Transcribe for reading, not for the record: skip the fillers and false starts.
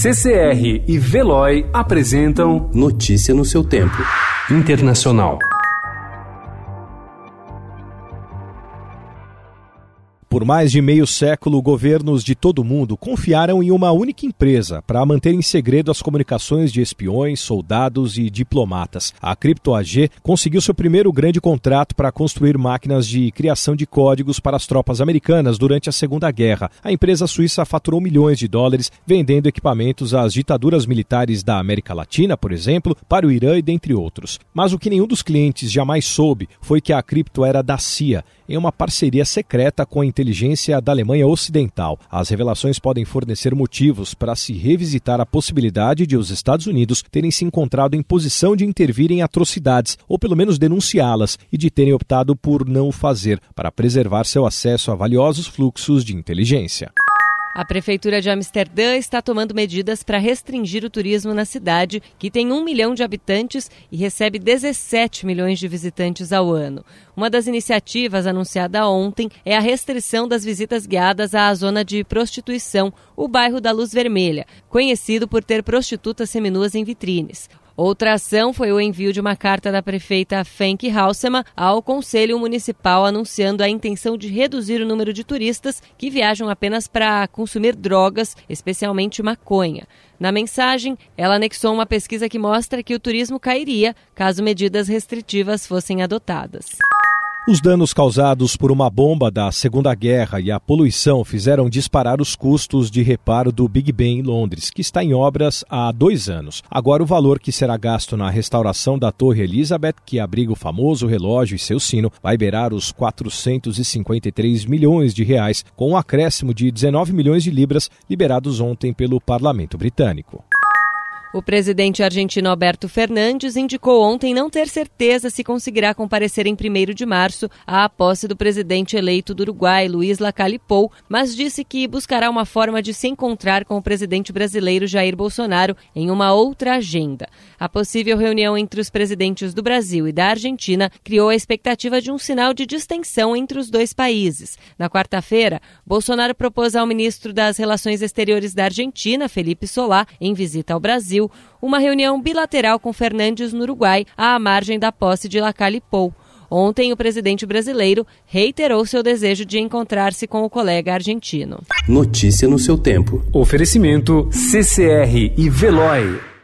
CCR e Veloy apresentam Notícia no seu tempo. Internacional. Por mais de meio século, governos de todo o mundo confiaram em uma única empresa para manter em segredo as comunicações de espiões, soldados e diplomatas. A Crypto AG conseguiu seu primeiro grande contrato para construir máquinas de criação de códigos para as tropas americanas durante a Segunda Guerra. A empresa suíça faturou milhões de dólares vendendo equipamentos às ditaduras militares da América Latina, por exemplo, para o Irã e dentre outros. Mas o que nenhum dos clientes jamais soube foi que a Crypto era da CIA, em uma parceria secreta com a inteligência da Alemanha Ocidental. As revelações podem fornecer motivos para se revisitar a possibilidade de os Estados Unidos terem se encontrado em posição de intervir em atrocidades, ou pelo menos denunciá-las, e de terem optado por não o fazer, para preservar seu acesso a valiosos fluxos de inteligência. A Prefeitura de Amsterdã está tomando medidas para restringir o turismo na cidade, que tem 1 milhão de habitantes e recebe 17 milhões de visitantes ao ano. Uma das iniciativas anunciada ontem é a restrição das visitas guiadas à zona de prostituição, o bairro da Luz Vermelha, conhecido por ter prostitutas seminuas em vitrines. Outra ação foi o envio de uma carta da prefeita Femke Halsema ao Conselho Municipal anunciando a intenção de reduzir o número de turistas que viajam apenas para consumir drogas, especialmente maconha. Na mensagem, ela anexou uma pesquisa que mostra que o turismo cairia caso medidas restritivas fossem adotadas. Os danos causados por uma bomba da Segunda Guerra e a poluição fizeram disparar os custos de reparo do Big Ben em Londres, que está em obras há 2 anos. Agora o valor que será gasto na restauração da Torre Elizabeth, que abriga o famoso relógio e seu sino, vai beirar os 453 milhões de reais, com um acréscimo de 19 milhões de libras liberados ontem pelo Parlamento Britânico. O presidente argentino Alberto Fernandes indicou ontem não ter certeza se conseguirá comparecer em 1º de março à posse do presidente eleito do Uruguai, Luiz Lacalle Pou, mas disse que buscará uma forma de se encontrar com o presidente brasileiro Jair Bolsonaro em uma outra agenda. A possível reunião entre os presidentes do Brasil e da Argentina criou a expectativa de um sinal de distensão entre os dois países. Na quarta-feira, Bolsonaro propôs ao ministro das Relações Exteriores da Argentina, Felipe Solá, em visita ao Brasil, uma reunião bilateral com Fernandes no Uruguai, à margem da posse de Lacalle Pou. Ontem, o presidente brasileiro reiterou seu desejo de encontrar-se com o colega argentino. Notícia no seu tempo. Oferecimento CCR e Veloy.